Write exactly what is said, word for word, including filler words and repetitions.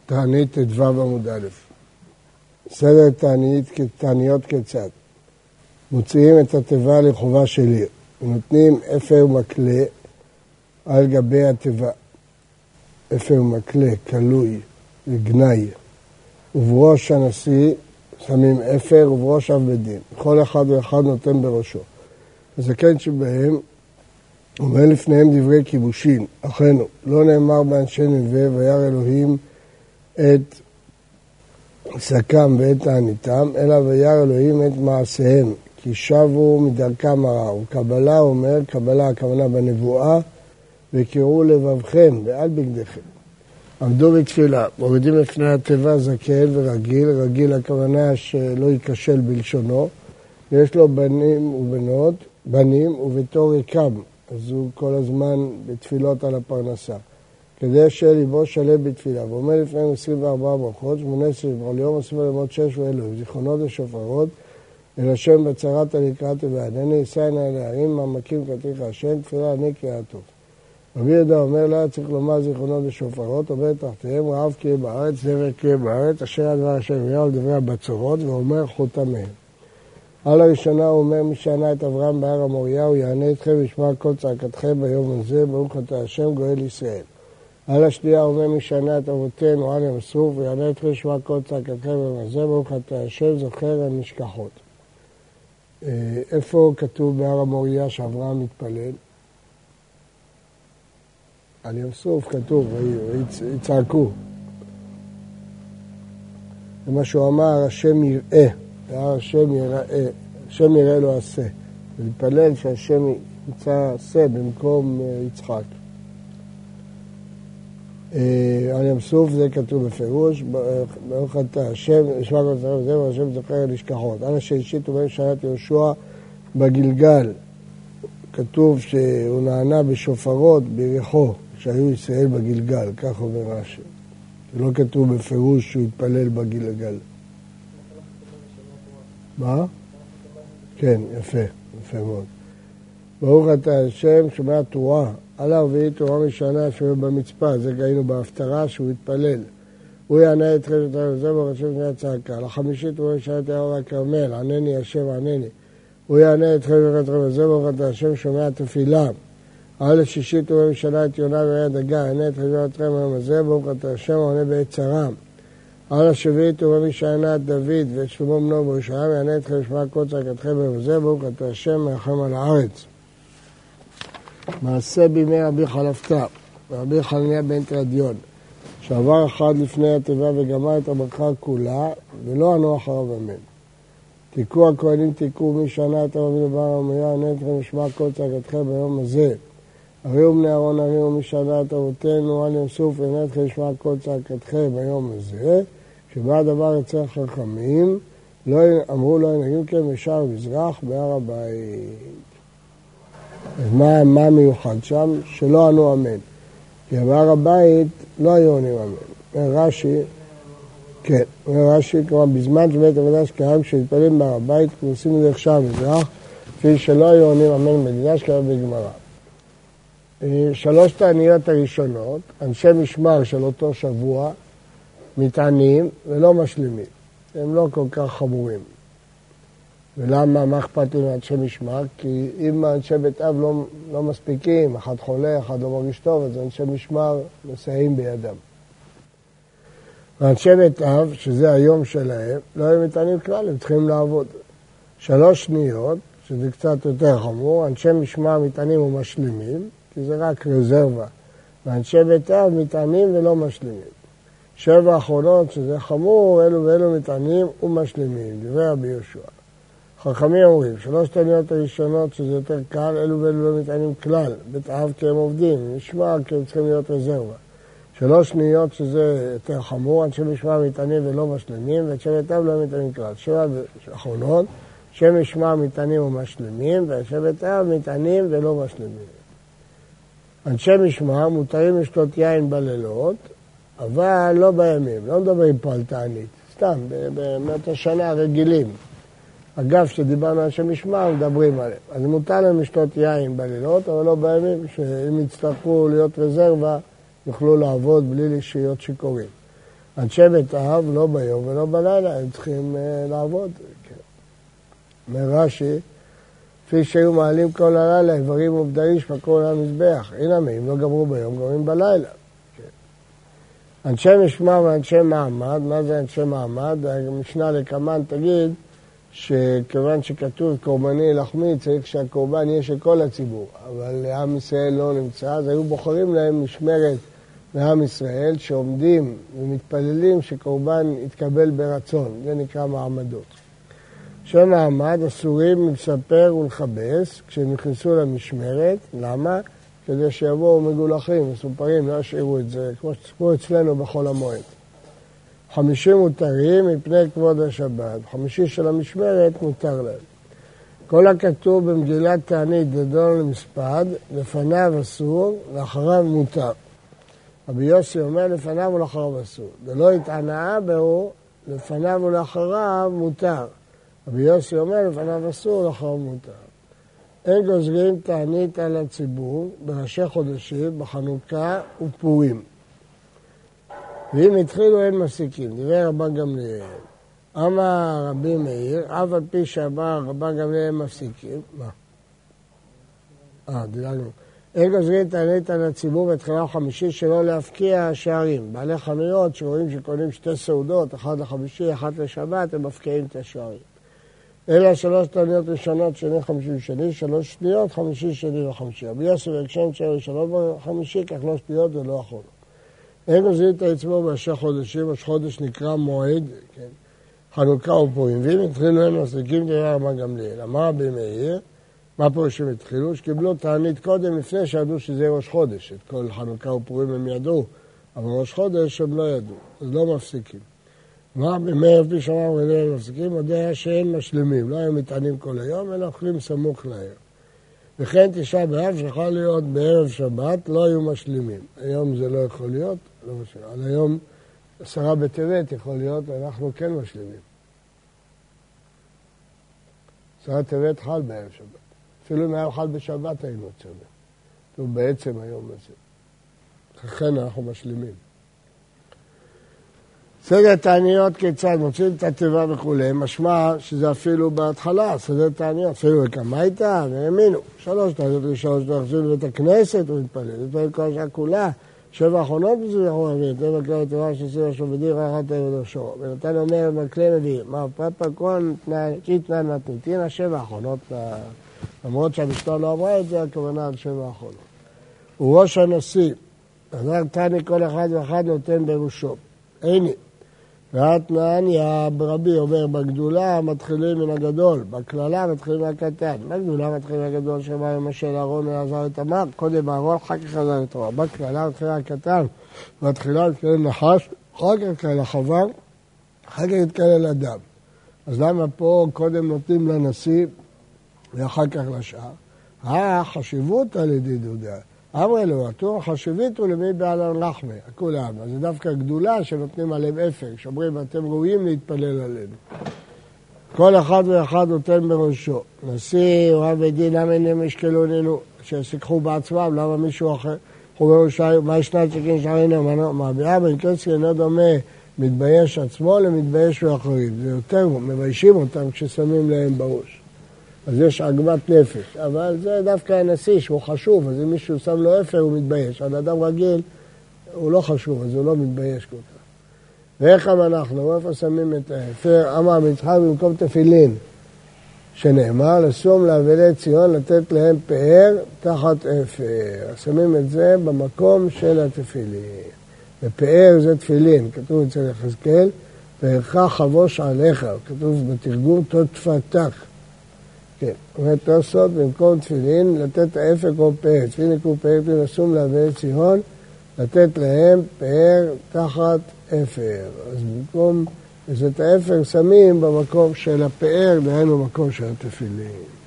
תענית ט"ו עמוד א'. סדר תענית, תעניות כיצד? מוציאים את התיבה לחובה של עיר, ונותנים אפר מקלה על גבי התיבה. אפר מקלה, כלוי, וגנאי. ובראש הנשיא שמים אפר ובראש אב בית דין. כל אחד ואחד נותן בראשו. הזקן שבהם אומר לפניהם דברי כיבושין, אחינו, לא נאמר באנשי נווה וירא אלוהים את שקם ואת תעניתם, אלא וירא אלוהים את מעשיהם, כי שבו מדרכם הרע. וקבלה אומר, קבלה הכוונה בנבואה, וקראו לבבכם ועל בגדיכם. עמדו בתפילה, מורידים לפני התיבה זקן ורגיל, רגיל הכוונה שלא ייכשל בלשונו, ויש לו בנים ובנות, בנים ובתור יקם, אז הוא כל הזמן בתפילות על הפרנסה. כדי שליבו שלם בתפילה, ואומר לפניהם עשרים וארבע ברכות, שמונה עשרה בכל יום, עשרים ולמות שש ואלוהים, זיכרונות ושופרות, אל השם בצרת הנקראתי ועדני, ישאינה להרים, מעמקים כתריך השם, תפילה אני קריאתו. רבי יהודה אומר לה, צריך לומר זיכרונות ושופרות, אומר תחתיהם, רעב קריא בארץ, דבר קריא בארץ, אשר הדבר השם יהיה על דברי הבצורות, ואומר חותמיהם. על הראשונה הוא אומר, מי שענה את אברהם בהר המוריה, הוא יענה אתכם וישמע כל צעקתכם ביום הזה, ברוך אתה השם גואל ישראל. על השנייה הוא אומר, מי שענה את אבותינו על ים סוף, ויענה אתכם וישמע כל צעקתכם ביום הזה, ברוך אתה השם זוכר הנשכחות. איפה כתוב בהר המוריה שאברהם מתפלל? על ים סוף כתוב, ויצעקו. ומה שהוא אמר, השם יראה, השם יראה, השם יראה לו עשה. ולהתפלל שהשם ימצא עשה במקום יצחק. על ים סוף זה כתוב בפירוש, ברוך אתה השם, ישמע כל צעקתכם וזה, והשם זוכר הנשכחות. על השלישית הוא אומר שנת יהושע בגלגל. כתוב שהוא נענה בשופרות ביריחו, שהיו ישראל בגלגל, כך אומר רש"י. זה לא כתוב בפירוש שהוא התפלל בגלגל. מה? כן, יפה, יפה מאוד. ברוך אתה השם שומע תורה, על הרביעי תורה משנה שהוא במצפה, זה ראינו בהפטרה שהוא התפלל. הוא יענה אתכם את זה ברוך השם שומע צעקה. לחמישית הוא ישאל את יאור הכרמל, ענני השם ענני. הוא יענה אתכם ואת זה ברוך אתה השם שומע תפילה. על השישית הוא משנה את יונה ויהיה דגה, יענה אתכם ואתכם היום הזה, ברוך אתה השם עונה בעת צרם. על השביעית הוא מי שענה את דוד ואת שלמה בנו בירושלים, יענה אתכם ושמע כל צעקתכם ביום הזה, ברוך אתה השם מרחם על הארץ. מעשה בימי רבי חלפתא, רבי חנניה בן תרדיון, שעבר אחד לפני התיבה וגמר את הברכה כולה, ולא ענו אחריו אמן. תיקו הכהנים תיקו מי שענה את אבינו בהר המוריה, יענה אתכם ושמע כל צעקתכם ביום הזה. הריעו בני אהרון הריעו מי שענה את אבותינו על ים סוף, יענה אתכם ושמע כל צעקתכם ביום הזה. כשבא הדבר יצא חכמים, לא, אמרו לא ינהגים כן משער מזרח בהר הבית. אז מה, מה מיוחד שם? שלא ענו אמן. כי בהר הבית לא היו עונים אמן. רש"י, כן, רש"י, כלומר בזמן שבית המקדש קיים כשהתפללים בהר הבית, עושים את זה עכשיו מזרח, כפי שלא היו עונים אמן במקדש קיים בגמרא. שלוש תעניות הראשונות, אנשי משמר של אותו שבוע, מתענים ולא משלימים. הם לא כל כך חמורים. ולמה? מה אכפת לי מאנשי משמר? כי אם אנשי בית אב לא, לא מספיקים, אחד חולה, אחד לא מרגיש טוב, אז אנשי משמר מסייעים בידם. ואנשי בית אב, שזה היום שלהם, לא היו מתענים כלל, הם צריכים לעבוד. שלוש שניות, שזה קצת יותר חמור, אנשי משמר מתענים ומשלימים, כי זה רק רזרבה. ואנשי בית אב מתענים ולא משלימים. שבע האחרונות, שזה חמור, אלו ואלו מתענים ומשלימים, דברי רבי יהושע. חכמים אומרים, שלוש תעניות הראשונות, שזה יותר קל, אלו ואלו לא מתענים כלל. בית אב כי הם עובדים, משמר כי הם צריכים להיות רזרבה. שלוש שניות, שזה יותר חמור, אנשי משמר מתענים ולא משלימים, ואנשי בית אב לא מתענים כלל. שבע האחרונות, אנשי משמר מתענים ומשלימים, ואנשי בית אב מתענים ולא משלימים. אנשי משמר מותרים לשתות יין בלילות, אבל לא בימים, לא מדברים פה על תענית, סתם, במאות השנה הרגילים. אגב, כשדיברנו על אנשי משמר, מדברים עליהם. אז מותר להם לשתות יין בלילות, אבל לא בימים, שאם יצטרכו להיות רזרבה, יוכלו לעבוד בלי להיות שיכורים. אנשי בית האב לא ביום ולא בלילה, הם צריכים uh, לעבוד. אומר רש"י, כפי שהיו מעלים כל הלילה, איברים ובדרים שפקעו על המזבח. הנה מי, אם לא גמרו ביום, גמרים בלילה. אנשי משמר ואנשי מעמד, מה זה אנשי מעמד? המשנה לקמן תגיד שכיוון שכתוב קורבני לחמי, צריך שהקורבן יהיה של כל הציבור, אבל עם ישראל לא נמצא, אז היו בוחרים להם משמרת מעם ישראל שעומדים ומתפללים שקורבן יתקבל ברצון, זה נקרא מעמדות. אנשי מעמד אסורים לספר ולכבס כשהם נכנסו למשמרת, למה? כדי שיבואו מגולחים, מסופרים, לא ישאירו את זה, כמו אצלנו בכל המועד. חמישים מותרים מפני כבוד השבת, חמישי של המשמרת מותר להם. כל הכתוב במגילת תענית גדול למספד, לפניו אסור, לאחריו מותר. רבי יוסי אומר לפניו ולאחריו אסור. ולא התענאה בהו, לפניו ולאחריו מותר. רבי יוסי אומר לפניו אסור, לאחריו מותר. אין גוזרים תענית על הציבור בראשי חודשים, בחנוכה ופורים. ואם התחילו אין מפסיקים, דברי רבן גמליאל. אמר רבי מאיר, אף על פי שאמר רבן גמליאל אין מפסיקים. מה? אה, דילגנו. אין גוזרים תענית על הציבור בתחילה חמישי שלא להפקיע שערים. בעלי חנויות שרואים שקונים שתי סעודות, אחת לחמישי, אחת לשבת, הם מפקיעים את השערים. אלה שלוש תעניות ראשונות, שני חמישי ושני, שלוש שניות, חמישי שני וחמישי. רבי יוסי והקשם שער ראשונות וחמישי, כך לא שניות ולא אחרונות. אין גוזרים את העצמו בראשי חודשים, ראש חודש נקרא מועד, כן, חנוכה ופורים. ואם התחילו אין מפסיקים, תראה רבן גמליאל. אמר רבי מאיר, מה פה שהם התחילו? שקיבלו תענית קודם לפני שידעו שזה ראש חודש. את כל חנוכה ופורים הם ידעו, אבל ראש חודש הם לא ידעו, אז לא מפסיקים. מה במאיר פי שמע ולא מפסיקים? עוד היה שאין משלימים, לא היו מתענים כל היום, אלא אוכלים סמוך לערב. וכן תשעה באב שיכול להיות בערב שבת, לא היו משלימים. היום זה לא יכול להיות, לא משנה. על היום עשרה בטבת יכול להיות, אנחנו כן משלימים. עשרה בטבת חל בערב שבת. אפילו אם היה חל בשבת היינו צודק. הוא בעצם היום הזה. לכן אנחנו משלימים. סדר תעניות כיצד, מוצאים את התיבה וכולי, משמע שזה אפילו בהתחלה, סדר תעניות, אפילו כמה הייתה, והאמינו. שלוש תעניות ראשונות, שתחזים לבית הכנסת ומתפלל, מתפלל כל השעה כולה, שבע האחרונות בזה יכול להביא, תבע כלל התיבה שעשו השובדי רחת עבד ראשו. ונתן אומר במקלה מביא, מה פאפה קון, תנן מתניתין, השבע האחרונות, למרות שהמשנה לא אמרה את זה, הכוונה על שבע האחרונות. הוא ראש הנשיא, נדר תעני כל אחד ואחד נותן בראשו. הנה, והתנעניה ברבי אומר, בגדולה מתחילים מן הגדול, בכללה מתחילים מהקטן. בגדולה מתחילים מהגדול שבא למשל אהרון ולעזר את תמר, קודם אהרון, אחר כך עזר את תמר. בכללה מתחילים מהקטן, מתחילה מתחילים נחש, אחר כך מתחילים לחבר, אחר כך מתחילים לדם. אז למה פה קודם נותנים לנשיא ואחר כך לשאר? החשיבות על ידי דודה. אמרי לו, התור החשיבית הוא למי בעל הלחמי, הכולם. אז זה דווקא גדולה שנותנים עליהם אפר, שאומרים, אתם ראויים להתפלל עלינו. כל אחד ואחד נותן בראשו. נשיא, אוהב ודין, למה הם ישקלו לנו, שסיכחו בעצמם, למה מישהו אחר, הוא בראשי, מה ישנת שכן שערינו, מה ביאה בן קצי אינו דומה, מתבייש עצמו למתבייש ואחרים. זה יותר, מביישים אותם כששמים להם בראש. אז יש עגמת נפש, אבל זה דווקא הנשיא שהוא חשוב, אז אם מישהו שם לו אפר הוא מתבייש, על אדם רגיל הוא לא חשוב, אז הוא לא מתבייש כל כך. ואיך אנחנו, איפה שמים את האפר? אמר מצחק במקום תפילין, שנאמר, לשום לאבלי ציון, לתת להם פאר תחת אפר. שמים את זה במקום של התפילין. ופאר זה תפילין, כתוב אצל יחזקאל, פארך חבוש עליך, כתוב בתרגום תותפתך. כן, אומרת תוספות במקום תפילין, לתת האפר כמו פאר. תפילין יקרו פאר, לשום לאבלי ציון, לתת להם פאר תחת אפר. אז במקום, אז את האפר שמים במקום של הפאר, דהיינו במקום של התפילין.